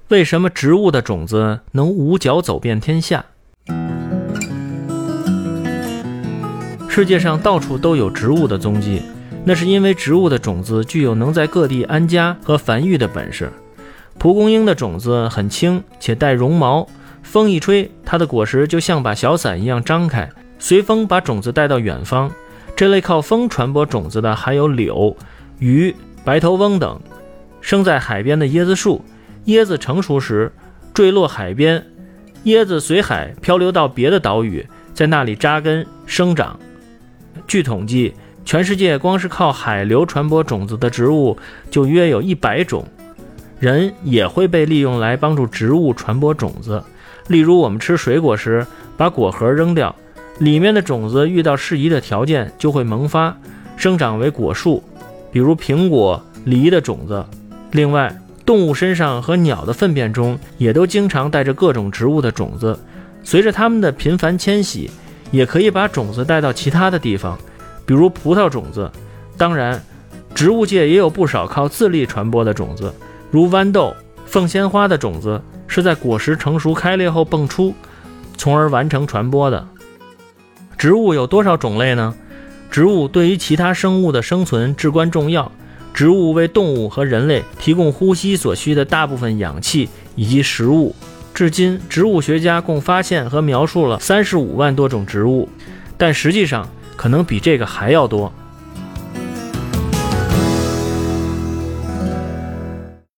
为什么植物的种子能无脚走遍天下？世界上到处都有植物的踪迹，那是因为植物的种子具有能在各地安家和繁育的本事。蒲公英的种子很轻且带绒毛，风一吹，它的果实就像把小伞一样张开，随风把种子带到远方。这类靠风传播种子的还有柳、榆、白头翁等。生在海边的椰子树，椰子成熟时坠落海边，椰子随海漂流到别的岛屿，在那里扎根生长。据统计，全世界光是靠海流传播种子的植物就约有100种。人也会被利用来帮助植物传播种子，例如我们吃水果时把果核扔掉，里面的种子遇到适宜的条件就会萌发，生长为果树，比如苹果、梨的种子。另外，动物身上和鸟的粪便中也都经常带着各种植物的种子，随着它们的频繁迁徙，也可以把种子带到其他的地方，比如葡萄种子。当然，植物界也有不少靠自力传播的种子，如豌豆、凤仙花的种子是在果实成熟开裂后蹦出，从而完成传播的。植物有多少种类呢？植物对于其他生物的生存至关重要，植物为动物和人类提供呼吸所需的大部分氧气以及食物。至今，植物学家共发现和描述了35万多种植物，但实际上可能比这个还要多。